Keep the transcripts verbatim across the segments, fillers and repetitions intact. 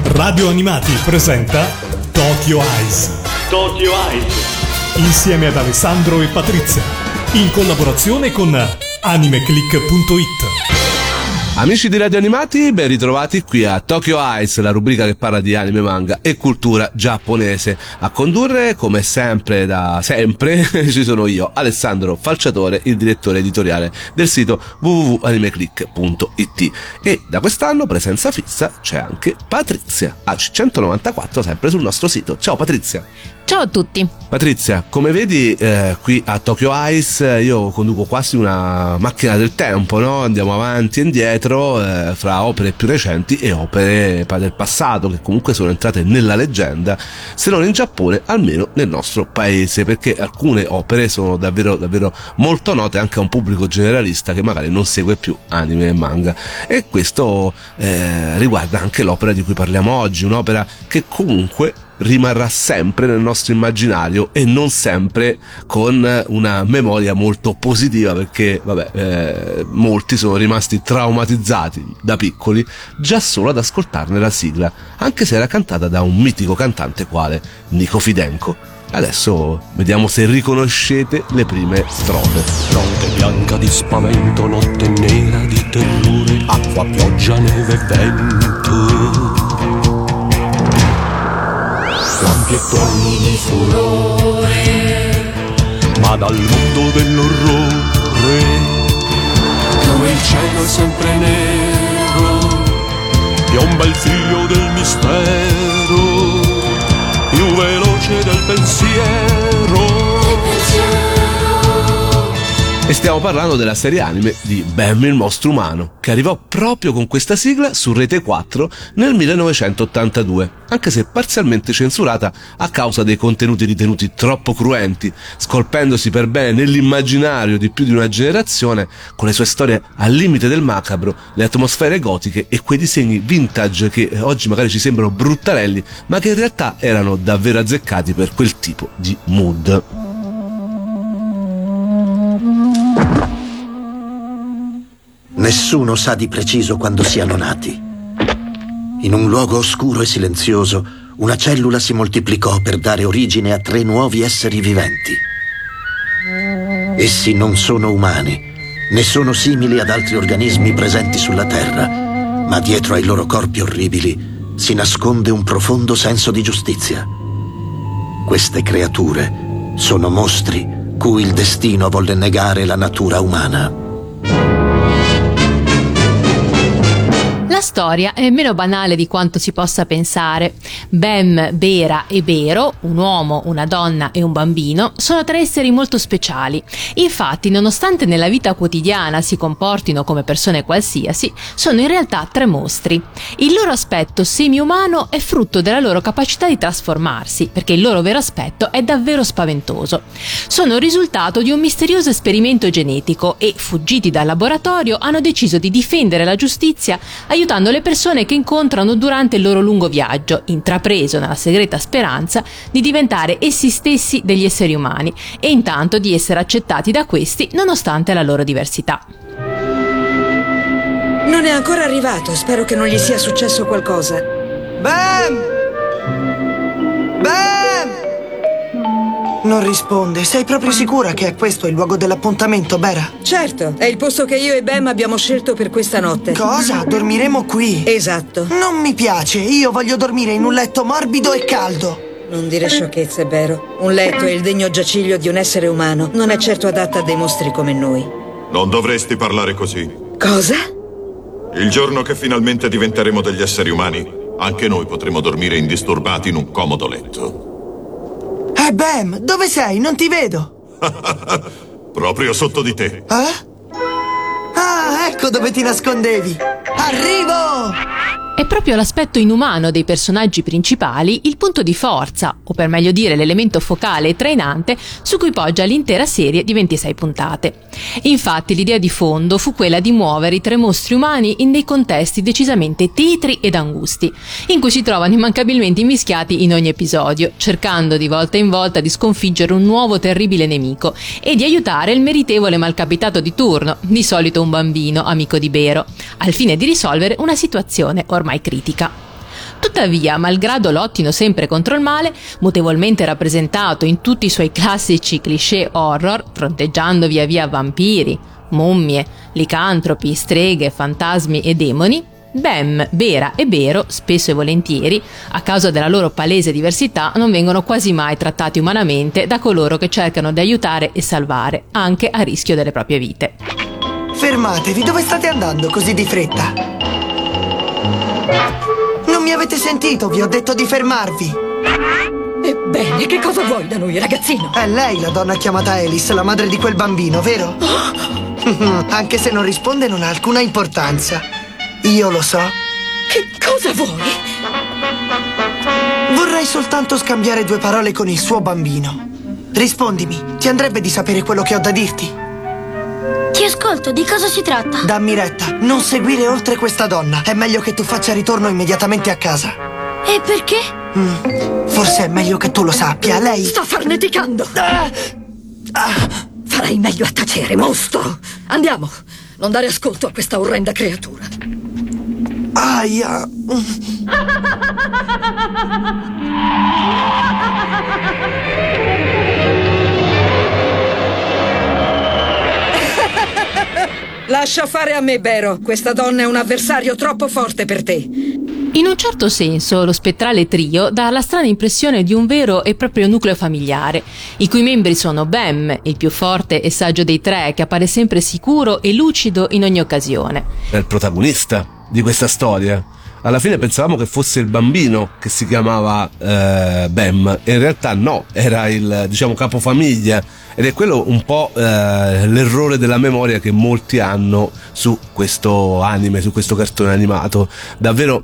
Radio Animati presenta Tokyo Eyes. Tokyo Eyes. Insieme ad Alessandro e Patrizia. In collaborazione con animeclick punto it. Amici di Radio Animati, ben ritrovati qui a Tokyo Eyes, la rubrica che parla di anime, manga e cultura giapponese. A condurre, come sempre, da sempre, ci sono io, Alessandro Falciatore, il direttore editoriale del sito w w w punto animeclick punto it. E da quest'anno, presenza fissa, c'è anche Patrizia, A C centonovantaquattro, sempre sul nostro sito. Ciao Patrizia! Ciao a tutti! Patrizia, come vedi eh, qui a Tokyo Eyes io conduco quasi una macchina del tempo, no? Andiamo avanti e indietro eh, fra opere più recenti e opere del passato che comunque sono entrate nella leggenda, se non in Giappone almeno nel nostro paese, perché alcune opere sono davvero davvero molto note anche a un pubblico generalista che magari non segue più anime e manga, e questo eh, riguarda anche l'opera di cui parliamo oggi, un'opera che comunque rimarrà sempre nel nostro immaginario e non sempre con una memoria molto positiva, perché vabbè eh, molti sono rimasti traumatizzati da piccoli già solo ad ascoltarne la sigla, anche se era cantata da un mitico cantante quale Nico Fidenco. Adesso vediamo se riconoscete le prime strofe. Notte bianca di spavento, notte nera di terrore, acqua, pioggia, neve e vento, lampi e tuoni di furore, ma dal mondo dell'orrore, dove il cielo è sempre nero, piomba il figlio del mistero, più veloce del pensiero. E stiamo parlando della serie anime di Bam il mostro umano, che arrivò proprio con questa sigla su Rete quattro nel millenovecentottantadue, anche se parzialmente censurata a causa dei contenuti ritenuti troppo cruenti, scolpendosi per bene nell'immaginario di più di una generazione con le sue storie al limite del macabro, le atmosfere gotiche e quei disegni vintage che oggi magari ci sembrano bruttarelli, ma che in realtà erano davvero azzeccati per quel tipo di mood. Nessuno sa di preciso quando siano nati. In un luogo oscuro e silenzioso, una cellula si moltiplicò per dare origine a tre nuovi esseri viventi. Essi non sono umani, né sono simili ad altri organismi presenti sulla Terra, ma dietro ai loro corpi orribili si nasconde un profondo senso di giustizia. Queste creature sono mostri cui il destino volle negare la natura umana. La storia è meno banale di quanto si possa pensare. Bam, Bera e Bero, un uomo, una donna e un bambino, sono tre esseri molto speciali. Infatti, nonostante nella vita quotidiana si comportino come persone qualsiasi, sono in realtà tre mostri. Il loro aspetto semi-umano è frutto della loro capacità di trasformarsi, perché il loro vero aspetto è davvero spaventoso. Sono il risultato di un misterioso esperimento genetico e, fuggiti dal laboratorio, hanno deciso di difendere la giustizia aiutando le persone che incontrano durante il loro lungo viaggio, intrapreso nella segreta speranza di diventare essi stessi degli esseri umani e intanto di essere accettati da questi nonostante la loro diversità. Non è ancora arrivato, spero che non gli sia successo qualcosa. Bam! Bam! Non risponde. Sei proprio sicura che è questo il luogo dell'appuntamento, Bera? Certo, è il posto che io e Bam abbiamo scelto per questa notte. Cosa? Dormiremo qui? Esatto. Non mi piace, io voglio dormire in un letto morbido e caldo. Non dire sciocchezze, Bero. Un letto è il degno giaciglio di un essere umano. Non è certo adatta a dei mostri come noi. Non dovresti parlare così. Cosa? Il giorno che finalmente diventeremo degli esseri umani, anche noi potremo dormire indisturbati in un comodo letto. Eh, Bam, dove sei? Non ti vedo. Proprio sotto di te. Eh? Ah, ecco dove ti nascondevi. Arrivo! È proprio l'aspetto inumano dei personaggi principali il punto di forza, o per meglio dire l'elemento focale e trainante, su cui poggia l'intera serie di ventisei puntate. Infatti l'idea di fondo fu quella di muovere i tre mostri umani in dei contesti decisamente tetri ed angusti, in cui si trovano immancabilmente immischiati in ogni episodio, cercando di volta in volta di sconfiggere un nuovo terribile nemico e di aiutare il meritevole malcapitato di turno, di solito un bambino amico di Bero, al fine di risolvere una situazione ormai critica. Tuttavia, malgrado lottino sempre contro il male, mutevolmente rappresentato in tutti i suoi classici cliché horror, fronteggiando via via vampiri, mummie, licantropi, streghe, fantasmi e demoni, Bem, Bera e Bero, spesso e volentieri, a causa della loro palese diversità, non vengono quasi mai trattati umanamente da coloro che cercano di aiutare e salvare, anche a rischio delle proprie vite. Fermatevi, dove state andando così di fretta? Non mi avete sentito, vi ho detto di fermarvi. Ebbene, che cosa vuoi da noi, ragazzino? È lei la donna chiamata Alice, la madre di quel bambino, vero? Anche se non risponde non ha alcuna importanza. Io lo so. Che cosa vuoi? Vorrei soltanto scambiare due parole con il suo bambino. Rispondimi, ti andrebbe di sapere quello che ho da dirti? Ti ascolto, di cosa si tratta? Dammi retta, non seguire oltre questa donna. È meglio che tu faccia ritorno immediatamente a casa. E perché? Mm, forse è meglio che tu lo sappia, lei... Sto farneticando! Ah! Ah! Farai meglio a tacere, mostro! Andiamo! Non dare ascolto a questa orrenda creatura. Aia! Lascia fare a me, Bero. Questa donna è un avversario troppo forte per te. In un certo senso, lo spettrale trio dà la strana impressione di un vero e proprio nucleo familiare, i cui membri sono Bem, il più forte e saggio dei tre, che appare sempre sicuro e lucido in ogni occasione. È il protagonista di questa storia. Alla fine pensavamo che fosse il bambino che si chiamava eh, Bem, e in realtà no, era il, diciamo, capofamiglia, ed è quello un po' eh, l'errore della memoria che molti hanno su questo anime, su questo cartone animato. Davvero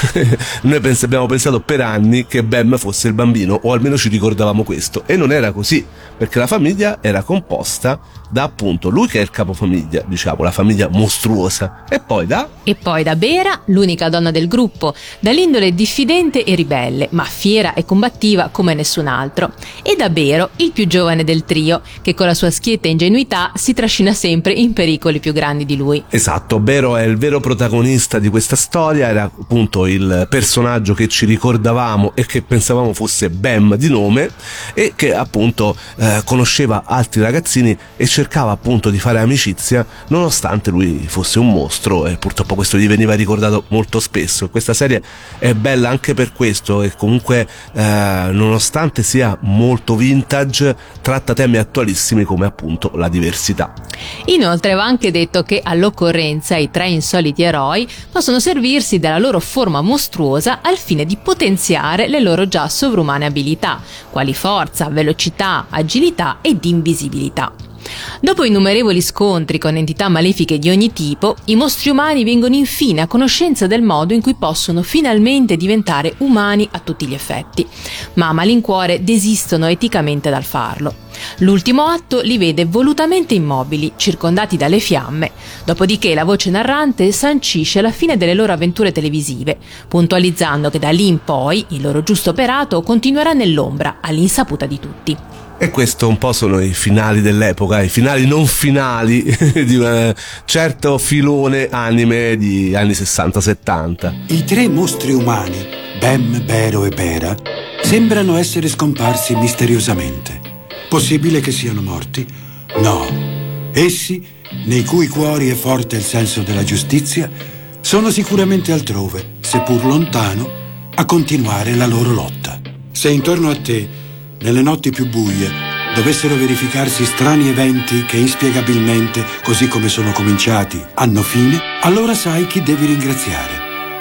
noi pens- abbiamo pensato per anni che Bem fosse il bambino, o almeno ci ricordavamo questo, e non era così, perché la famiglia era composta da, appunto, lui che è il capofamiglia, diciamo, la famiglia mostruosa, e poi da... E poi da Bera, l'unica donna del gruppo, dall'indole diffidente e ribelle, ma fiera e combattiva come nessun altro, e da Bero, il più giovane del trio, che con la sua schietta ingenuità si trascina sempre in pericoli più grandi di lui. Esatto, Bero è il vero protagonista di questa storia, era appunto il personaggio che ci ricordavamo e che pensavamo fosse Bem di nome, e che appunto eh, conosceva altri ragazzini e cercava appunto di fare amicizia nonostante lui fosse un mostro, e purtroppo questo gli veniva ricordato molto spesso. Questa serie è bella anche per questo, e comunque eh, nonostante sia molto vintage tratta temi attualissimi come appunto la diversità. Inoltre va anche detto che all'occorrenza i tre insoliti eroi possono servirsi della loro forma mostruosa al fine di potenziare le loro già sovrumane abilità, quali forza, velocità, agilità ed invisibilità. Dopo innumerevoli scontri con entità malefiche di ogni tipo, i mostri umani vengono infine a conoscenza del modo in cui possono finalmente diventare umani a tutti gli effetti, ma a malincuore desistono eticamente dal farlo. L'ultimo atto li vede volutamente immobili, circondati dalle fiamme, dopodiché la voce narrante sancisce la fine delle loro avventure televisive, puntualizzando che da lì in poi il loro giusto operato continuerà nell'ombra, all'insaputa di tutti. E questo un po' sono i finali dell'epoca, i finali non finali di un certo filone anime di anni sessanta settanta. I tre mostri umani, Bem, Bero e Bera, sembrano essere scomparsi misteriosamente. Possibile che siano morti? No. Essi, nei cui cuori è forte il senso della giustizia, sono sicuramente altrove, seppur lontano, a continuare la loro lotta. Se intorno a te, nelle notti più buie, dovessero verificarsi strani eventi che inspiegabilmente, così come sono cominciati, hanno fine, allora sai chi devi ringraziare.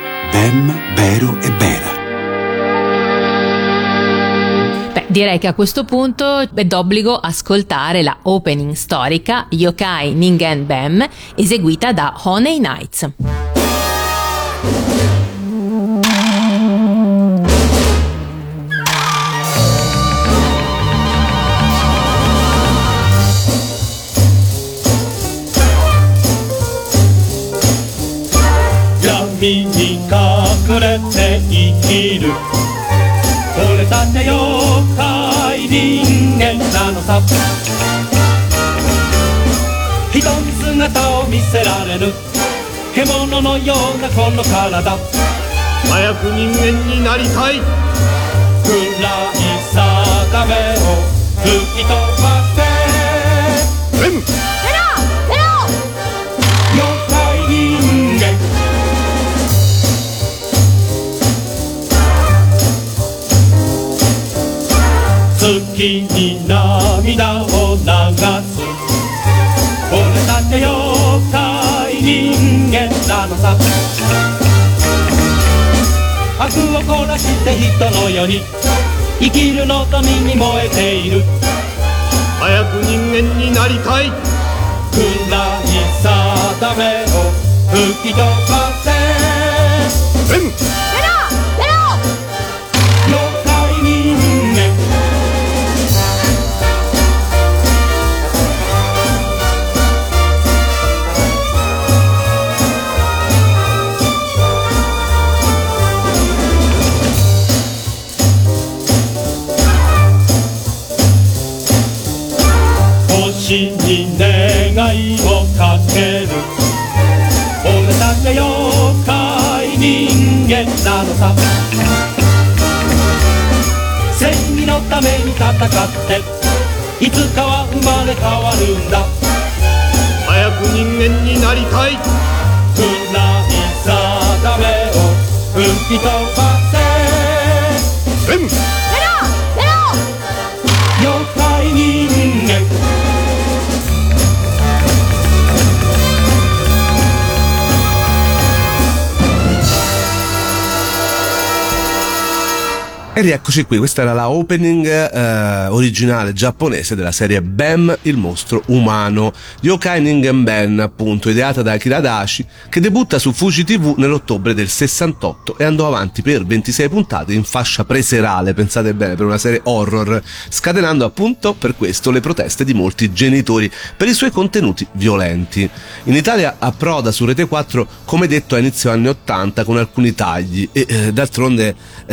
Bem, Bero e Bera. Beh, direi che a questo punto è d'obbligo ascoltare la opening storica Yokai Ningen Bem, eseguita da Honey Knights. 闇に隠れて生きる俺だって妖怪人間なのさ人に姿を見せられる獣のようなこの体早く人間になりたい暗い定めを吹き飛ばせベンベロベロ妖怪人間月に涙を流す俺だって妖怪人間なのさ悪を凝らして人の世に生きるのために燃えている早く人間になりたい暗い定めを吹き飛ばせベンベロベロ妖怪人間星に願いをかける俺だって妖怪人間なのさ正義のために戦っていつかは生まれ変わるんだ早く人間になりたい暗い定めを吹き飛ばせベンベロベロ妖怪人間 E rieccoci qui, questa era la opening eh, originale giapponese della serie Bam, il mostro umano, Yokai Ningen Ben, appunto, ideata da Akira Adachi, che debutta su Fuji tivù nell'ottobre del sessantotto e andò avanti per ventisei puntate in fascia preserale, pensate bene, per una serie horror, scatenando appunto per questo le proteste di molti genitori per i suoi contenuti violenti. In Italia approda su Rete quattro, come detto, a inizio anni ottanta con alcuni tagli e eh, d'altronde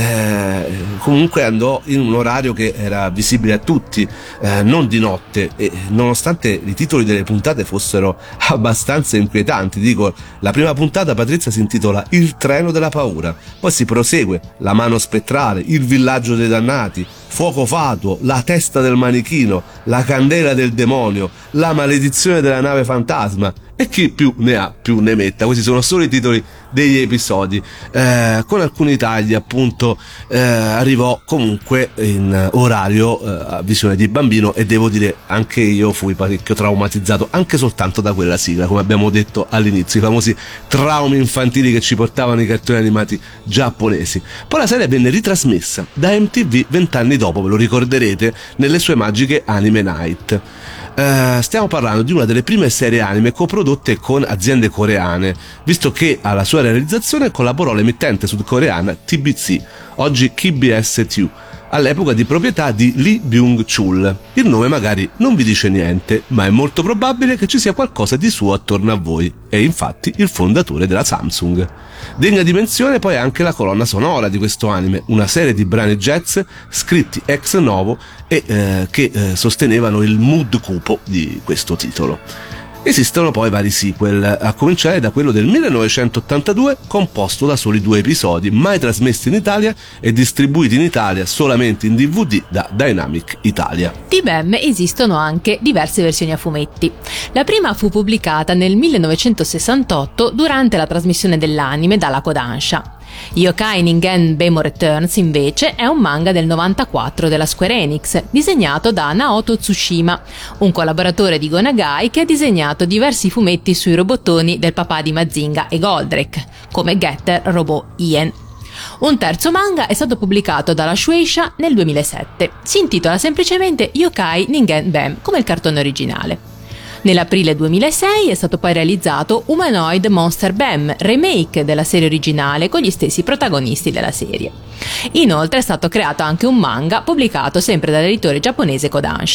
eh, comunque andò in un orario che era visibile a tutti, eh, non di notte, e nonostante i titoli delle puntate fossero abbastanza inquietanti, dico, la prima puntata, Patrizia, si intitola Il treno della paura, poi si prosegue La mano spettrale, Il villaggio dei dannati, Fuoco fatuo, La testa del manichino, La candela del demonio, La maledizione della nave fantasma, e chi più ne ha più ne metta. Questi sono solo i titoli degli episodi, eh, con alcuni tagli appunto. eh, arrivò comunque in orario eh, a visione di bambino, e devo dire anche io fui parecchio traumatizzato anche soltanto da quella sigla, come abbiamo detto all'inizio, i famosi traumi infantili che ci portavano i cartoni animati giapponesi. Poi la serie venne ritrasmessa da M T V vent'anni dopo, ve lo ricorderete, nelle sue magiche Anime Night. Uh, stiamo parlando di una delle prime serie anime coprodotte con aziende coreane, visto che alla sua realizzazione collaborò l'emittente sudcoreana T B C, oggi K B S Two, all'epoca di proprietà di Lee Byung-chul. Il nome magari non vi dice niente, ma è molto probabile che ci sia qualcosa di suo attorno a voi. È infatti il fondatore della Samsung. Degna di menzione poi anche la colonna sonora di questo anime, una serie di brani jazz scritti ex novo e eh, che eh, sostenevano il mood cupo di questo titolo. Esistono poi vari sequel, a cominciare da quello del millenovecentottantadue, composto da soli due episodi, mai trasmessi in Italia e distribuiti in Italia solamente in D V D da Dynamic Italia. Di Bam esistono anche diverse versioni a fumetti. La prima fu pubblicata nel millenovecentosessantotto durante la trasmissione dell'anime dalla Kodansha. Yokai Ningen Bemo Returns invece è un manga del novantaquattro della Square Enix, disegnato da Naoto Tsushima, un collaboratore di Go Nagai che ha disegnato diversi fumetti sui robottoni del papà di Mazinga e Goldrake, come Getter Robot Ien. Un terzo manga è stato pubblicato dalla Shueisha nel duemilasette. Si intitola semplicemente Yokai Ningen Bam, come il cartone originale. Nell'aprile duemilasei è stato poi realizzato Humanoid Monster Bam, remake della serie originale con gli stessi protagonisti della serie. Inoltre è stato creato anche un manga pubblicato sempre dall'editore giapponese Kodansha.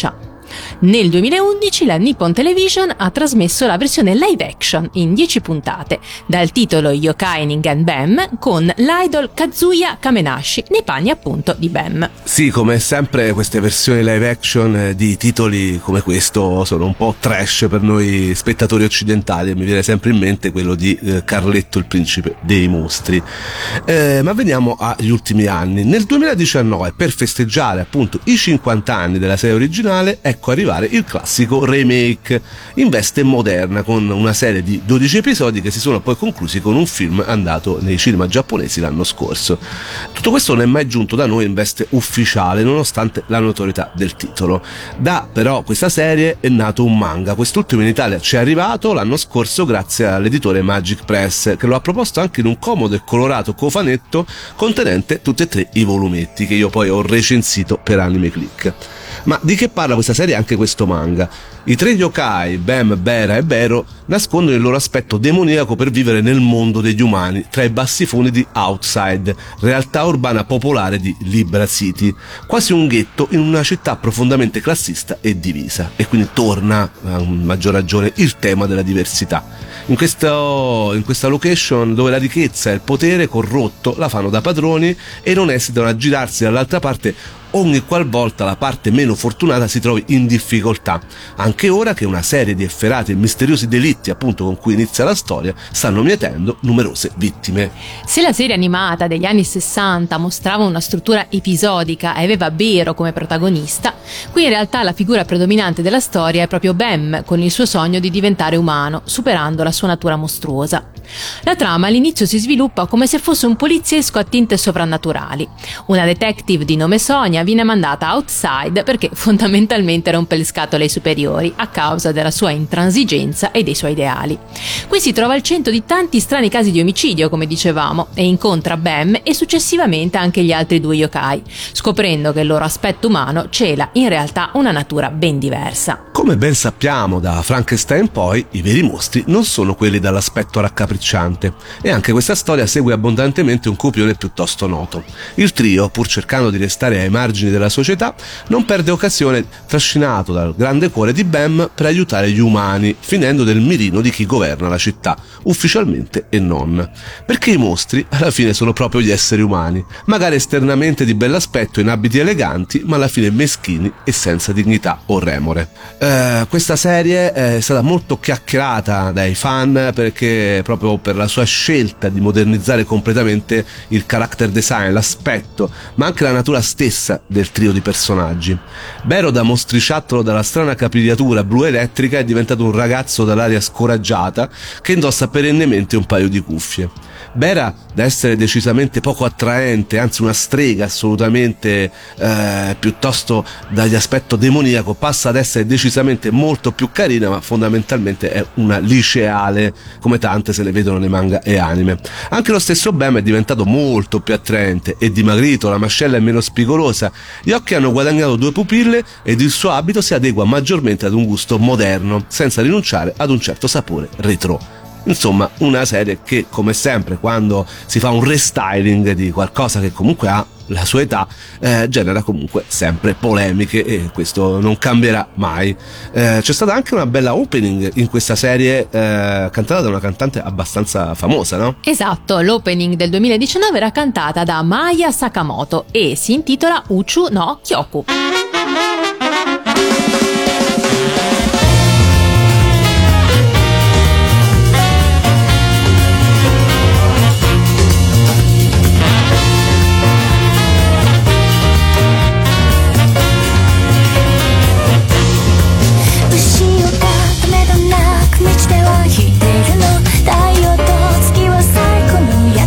Nel duemilaundici la Nippon Television ha trasmesso la versione live action in dieci puntate, dal titolo Yokai Ningen Bem, con l'idol Kazuya Kamenashi nei panni appunto di Bem. Sì, come sempre queste versioni live action di titoli come questo sono un po' trash per noi spettatori occidentali, e mi viene sempre in mente quello di eh, Carletto il principe dei mostri. Eh, ma veniamo agli ultimi anni. Nel duemiladiciannove, per festeggiare appunto i cinquanta anni della serie originale, ecco arrivare il classico remake in veste moderna, con una serie di dodici episodi che si sono poi conclusi con un film andato nei cinema giapponesi l'anno scorso. Tutto questo non è mai giunto da noi in veste ufficiale, nonostante la notorietà del titolo. Da però questa serie è nato un manga. Quest'ultimo in Italia ci è arrivato l'anno scorso grazie all'editore Magic Press, che lo ha proposto anche in un comodo e colorato cofanetto contenente tutti e tre i volumetti, che io poi ho recensito per Anime Click. Ma di che parla questa serie e anche questo manga? I tre yokai, Bem, Bera e Bero, nascondono il loro aspetto demoniaco per vivere nel mondo degli umani, tra i bassifoni di Outside, realtà urbana popolare di Libra City, quasi un ghetto in una città profondamente classista e divisa. E quindi torna, a maggior ragione, il tema della diversità. In, questo, in questa location dove la ricchezza e il potere corrotto la fanno da padroni e non esitano a girarsi dall'altra parte ogni qualvolta la parte meno fortunata si trovi in difficoltà, anche ora che una serie di efferati e misteriosi delitti, appunto con cui inizia la storia, stanno mietendo numerose vittime. Se la serie animata degli anni sessanta mostrava una struttura episodica e aveva Bero come protagonista, qui in realtà la figura predominante della storia è proprio Bem, con il suo sogno di diventare umano, superando la sua natura mostruosa. La trama all'inizio si sviluppa come se fosse un poliziesco a tinte sovrannaturali. Una detective di nome Sonia viene mandata outside perché fondamentalmente rompe le scatole ai superiori a causa della sua intransigenza e dei suoi ideali. Qui si trova al centro di tanti strani casi di omicidio, come dicevamo, e incontra Bem e successivamente anche gli altri due yokai, scoprendo che il loro aspetto umano cela in realtà una natura ben diversa. Come ben sappiamo da Frankenstein poi, i veri mostri non sono quelli dall'aspetto raccapricciante, e anche questa storia segue abbondantemente un copione piuttosto noto. Il trio, pur cercando di restare ai margini della società, non perde occasione, trascinato dal grande cuore di Bem, per aiutare gli umani, finendo nel mirino di chi governa la città, ufficialmente e non. Perché i mostri alla fine sono proprio gli esseri umani, magari esternamente di bell'aspetto in abiti eleganti, ma alla fine meschini e senza dignità o remore. Eh, questa serie è stata molto chiacchierata dai fan perché proprio per la sua scelta di modernizzare completamente il character design, l'aspetto, ma anche la natura stessa del trio di personaggi. Bero, da mostriciattolo dalla strana capigliatura blu elettrica, è diventato un ragazzo dall'aria scoraggiata che indossa perennemente un paio di cuffie. Bera, da essere decisamente poco attraente, anzi una strega assolutamente eh, piuttosto dagli aspetto demoniaco, passa ad essere decisamente molto più carina, ma fondamentalmente è una liceale come tante se ne vedono nei manga e anime. Anche lo stesso Bem è diventato molto più attraente, è dimagrito, la mascella è meno spigolosa, gli occhi hanno guadagnato due pupille ed il suo abito si adegua maggiormente ad un gusto moderno, senza rinunciare ad un certo sapore retro. Insomma, una serie che, come sempre, quando si fa un restyling di qualcosa che comunque ha la sua età, eh, genera comunque sempre polemiche, e questo non cambierà mai. Eh, c'è stata anche una bella opening in questa serie, eh, cantata da una cantante abbastanza famosa, no? Esatto, l'opening del duemiladiciannove era cantata da Maya Sakamoto e si intitola Uchu no Kyoku.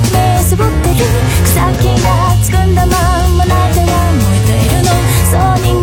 草木がつくんだままなぜが燃えているのそうに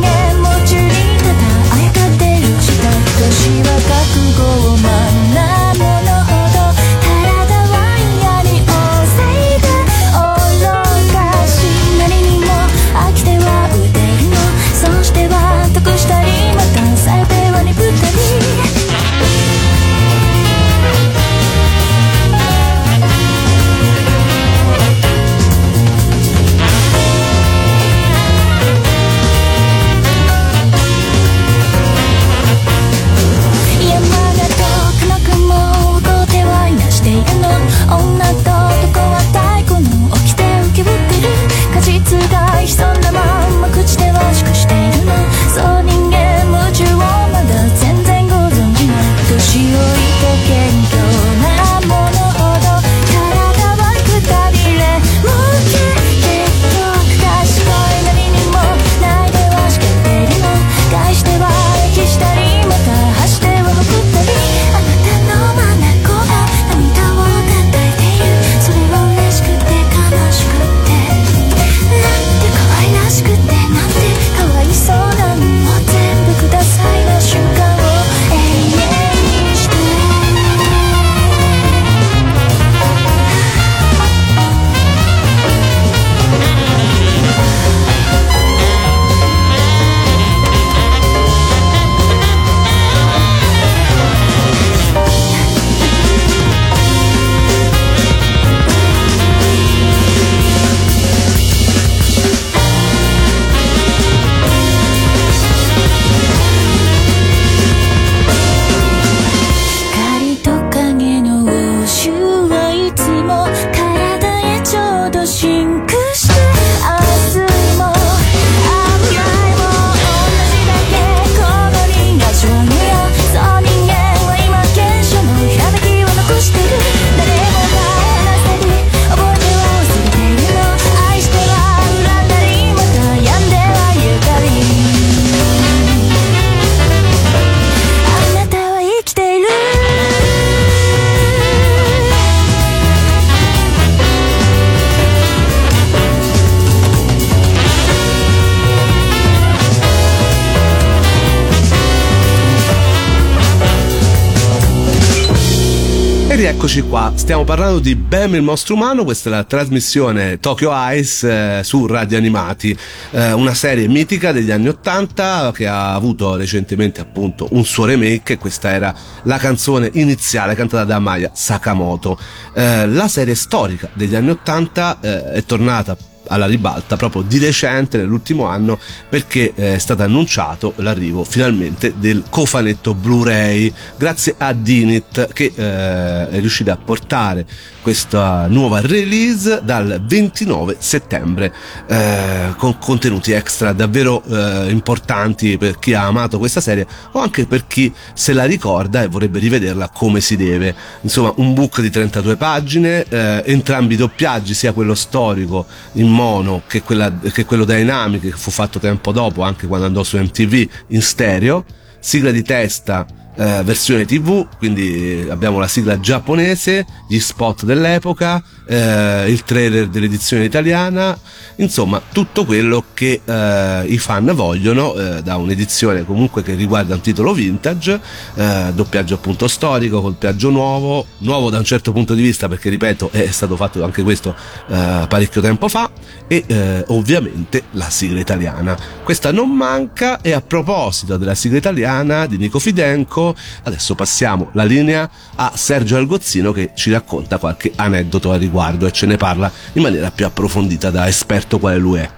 Eccoci qua, stiamo parlando di Bam il mostro umano, questa è la trasmissione Tokyo Ice eh, su Radio Animati, eh, una serie mitica degli anni ottanta che ha avuto recentemente appunto un suo remake, e questa era la canzone iniziale cantata da Maya Sakamoto. Eh, la serie storica degli anni ottanta eh, è tornata alla ribalta proprio di recente, nell'ultimo anno, perché è stato annunciato l'arrivo finalmente del cofanetto Blu-ray grazie a Dinit, che eh, è riuscita a portare questa nuova release dal ventinove settembre eh, con contenuti extra davvero eh, importanti per chi ha amato questa serie o anche per chi se la ricorda e vorrebbe rivederla come si deve. Insomma, un book di trentadue pagine, eh, entrambi i doppiaggi, sia quello storico in mono che, quella, che quello Dynamic, che fu fatto tempo dopo anche quando andò su M T V, in stereo, sigla di testa eh, versione tivù, quindi abbiamo la sigla giapponese, gli spot dell'epoca, eh, il trailer dell'edizione italiana, insomma tutto quello che eh, i fan vogliono eh, da un'edizione comunque che riguarda un titolo vintage, eh, doppiaggio appunto storico, doppiaggio nuovo, nuovo da un certo punto di vista perché ripeto è stato fatto anche questo eh, parecchio tempo fa, e eh, ovviamente la sigla italiana, questa non manca. E a proposito della sigla italiana di Nico Fidenco, adesso passiamo la linea a Sergio Algozzino che ci racconta qualche aneddoto al riguardo e ce ne parla in maniera più approfondita da esperto quale lui è.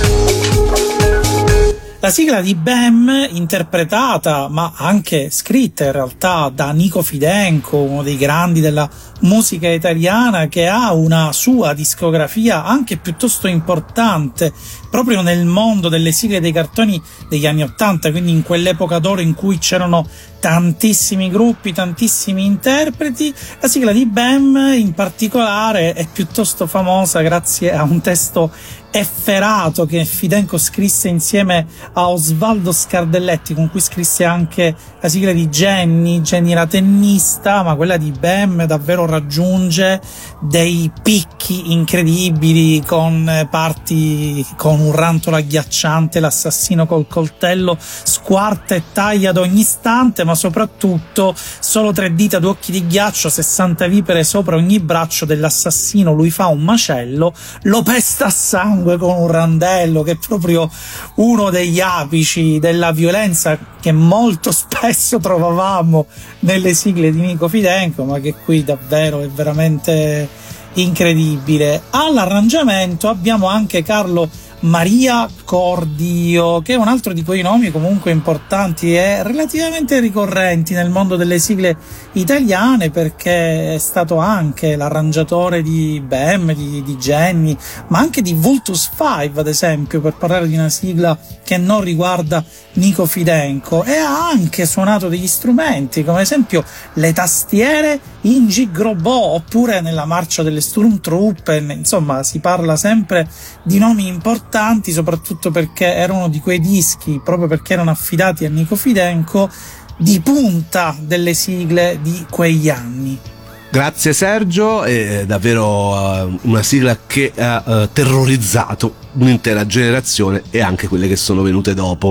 La sigla di Bam, interpretata ma anche scritta in realtà da Nico Fidenco, uno dei grandi della musica italiana, che ha una sua discografia anche piuttosto importante proprio nel mondo delle sigle dei cartoni degli anni ottanta, quindi in quell'epoca d'oro in cui c'erano tantissimi gruppi, tantissimi interpreti. La sigla di Bam in particolare è piuttosto famosa grazie a un testo efferato che Fidenco scrisse insieme a Osvaldo Scardelletti, con cui scrisse anche la sigla di Jenny, Jenny la tennista, ma quella di Bam davvero raggiunge dei picchi incredibili, con parti con un rantolo agghiacciante, l'assassino col coltello squarta e taglia ad ogni istante, ma soprattutto solo tre dita, due occhi di ghiaccio, sessanta vipere sopra ogni braccio dell'assassino, lui fa un macello, lo pesta a sangue con un randello, che è proprio uno degli apici della violenza che molto spesso trovavamo nelle sigle di Nico Fidenco, ma che qui davvero è veramente incredibile. All'arrangiamento abbiamo anche Carlo Maria Cordio, che è un altro di quei nomi comunque importanti e relativamente ricorrenti nel mondo delle sigle italiane, perché è stato anche l'arrangiatore di Bam, di, di Jenny, ma anche di Vultus cinque ad esempio, per parlare di una sigla che non riguarda Nico Fidenco, e ha anche suonato degli strumenti come ad esempio le tastiere in Gigrobò oppure nella marcia delle Sturmtruppen. Insomma, si parla sempre di nomi importanti, soprattutto perché erano di quei dischi, proprio perché erano affidati a Nico Fidenco, di punta delle sigle di quegli anni. Grazie Sergio, è davvero uh, una sigla che ha uh, terrorizzato un'intera generazione e anche quelle che sono venute dopo.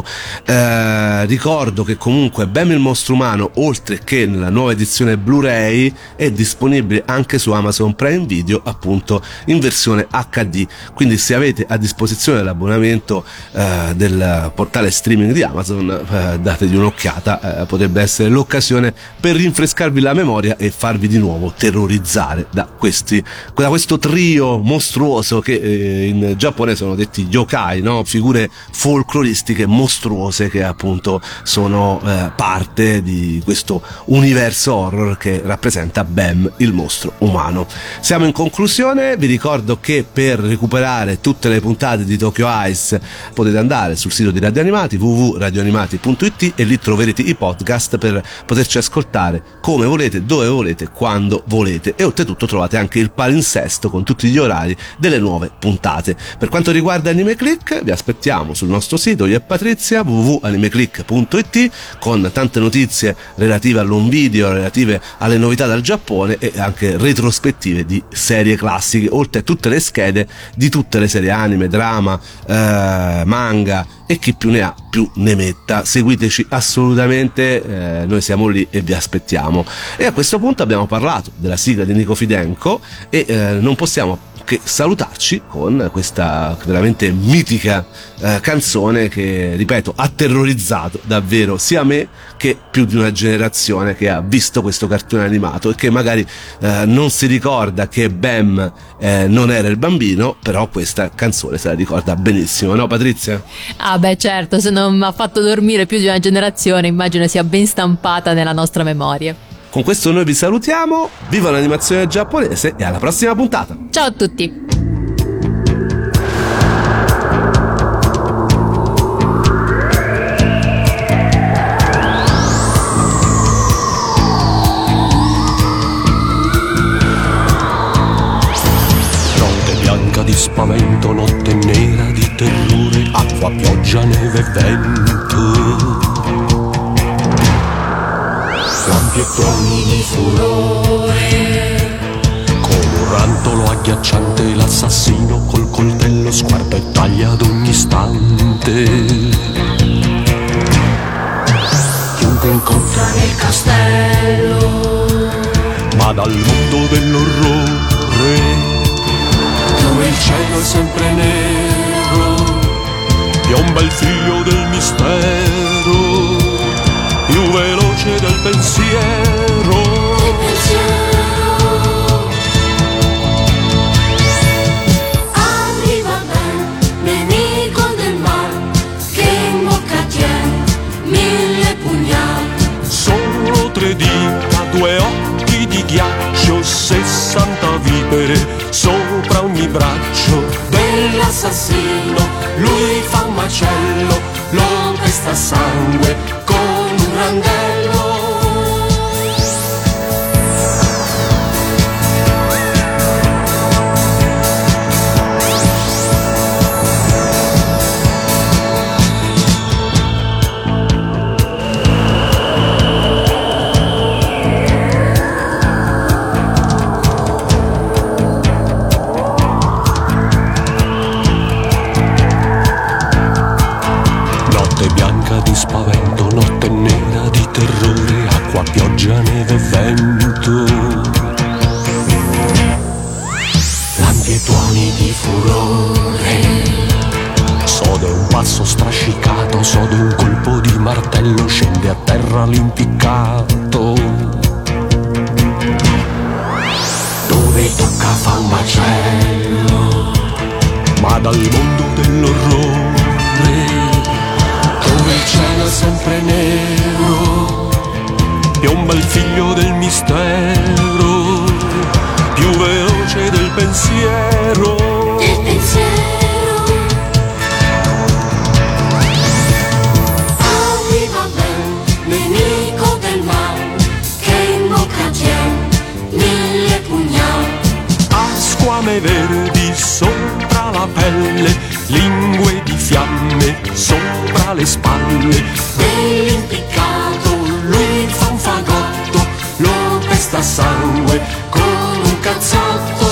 Eh, ricordo che comunque Bam il mostro umano, oltre che nella nuova edizione Blu-ray, è disponibile anche su Amazon Prime Video, appunto in versione acca di, quindi se avete a disposizione l'abbonamento eh, del portale streaming di Amazon, eh, dategli un'occhiata, eh, potrebbe essere l'occasione per rinfrescarvi la memoria e farvi di nuovo terrorizzare da questi da questo trio mostruoso che eh, in Giappone sono detti yokai, no? Figure folcloristiche mostruose che appunto sono eh, parte di questo universo horror che rappresenta Bam il mostro umano. Siamo in conclusione, vi ricordo che per recuperare tutte le puntate di Tokyo Ice potete andare sul sito di Radio Animati, w w w punto radio animati punto i t, e lì troverete i podcast per poterci ascoltare come volete, dove volete, quando volete, e oltretutto trovate anche il palinsesto con tutti gli orari delle nuove puntate. Per quanto riguarda Anime Click, vi aspettiamo sul nostro sito io e Patrizia, w w w punto anime click punto i t, con tante notizie relative all'home video, relative alle novità dal Giappone e anche retrospettive di serie classiche, oltre a tutte le schede di tutte le serie anime, drama, eh, manga e chi più ne ha più ne metta. Seguiteci assolutamente, eh, noi siamo lì e vi aspettiamo. E a questo punto abbiamo parlato passato della sigla di Nico Fidenco e eh, non possiamo che salutarci con questa veramente mitica eh, canzone che, ripeto, ha terrorizzato davvero sia me che più di una generazione che ha visto questo cartone animato e che magari eh, non si ricorda che Bam eh, non era il bambino, però questa canzone se la ricorda benissimo, no Patrizia? Ah beh certo, se non mi ha fatto dormire più di una generazione immagino sia ben stampata nella nostra memoria. Con questo noi vi salutiamo, viva l'animazione giapponese e alla prossima puntata! Ciao a tutti! Di spavento, notte nera di terrore, acqua, pioggia, neve e vento. Lampi e tuoni di furore, come un rantolo agghiacciante, l'assassino col coltello sguarda e taglia ad ogni istante. Chiunque incontra nel castello, ma dal mondo dell'orrore, dove il cielo è sempre nero, piomba il figlio del mistero, più veloce del pensiero. Il pensiero. Arriva Ben, nemico del mal, che in bocca tiene mille pugnali. Solo tre dita, due occhi di ghiaccio, sessanta vipere sopra ogni braccio Dell'assassino, lui fa un macello, lo pesta sangue con un randello. Spavento, notte nera di terrore, acqua, pioggia, neve e vento. Lampi e tuoni di furore, sode un passo strascicato, sode un colpo di martello, scende a terra l'impiccato. Dove tocca fa un macello, ma dal mondo dell'orrore, dove il cielo è sempre nero, piomba il figlio del mistero, più veloce del pensiero. Del pensiero. Arriva Ben, nemico del male, che in bocca tiene mille pugnali. Ha squame verdi sopra la pelle, lingue di fiamme sopra le spalle. Dell'impiccato lui fa un fagotto, lo pesta sangue con un cazzotto.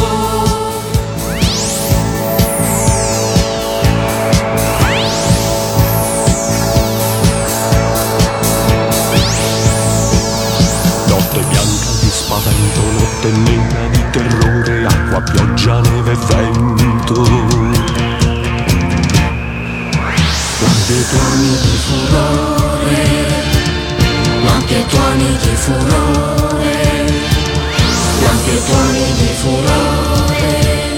Notte bianca di spavento, notte nera di terrore, acqua, pioggia, neve e vento. Lampi e tuoni di furore, lampi e tuoni di furore, lampi e tuoni di furore.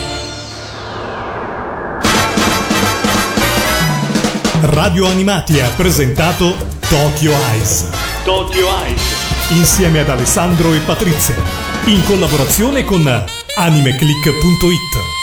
Radio Animati ha presentato Tokyo Eyes. Tokyo Eyes. Insieme ad Alessandro e Patrizia. In collaborazione con animeclick punto it.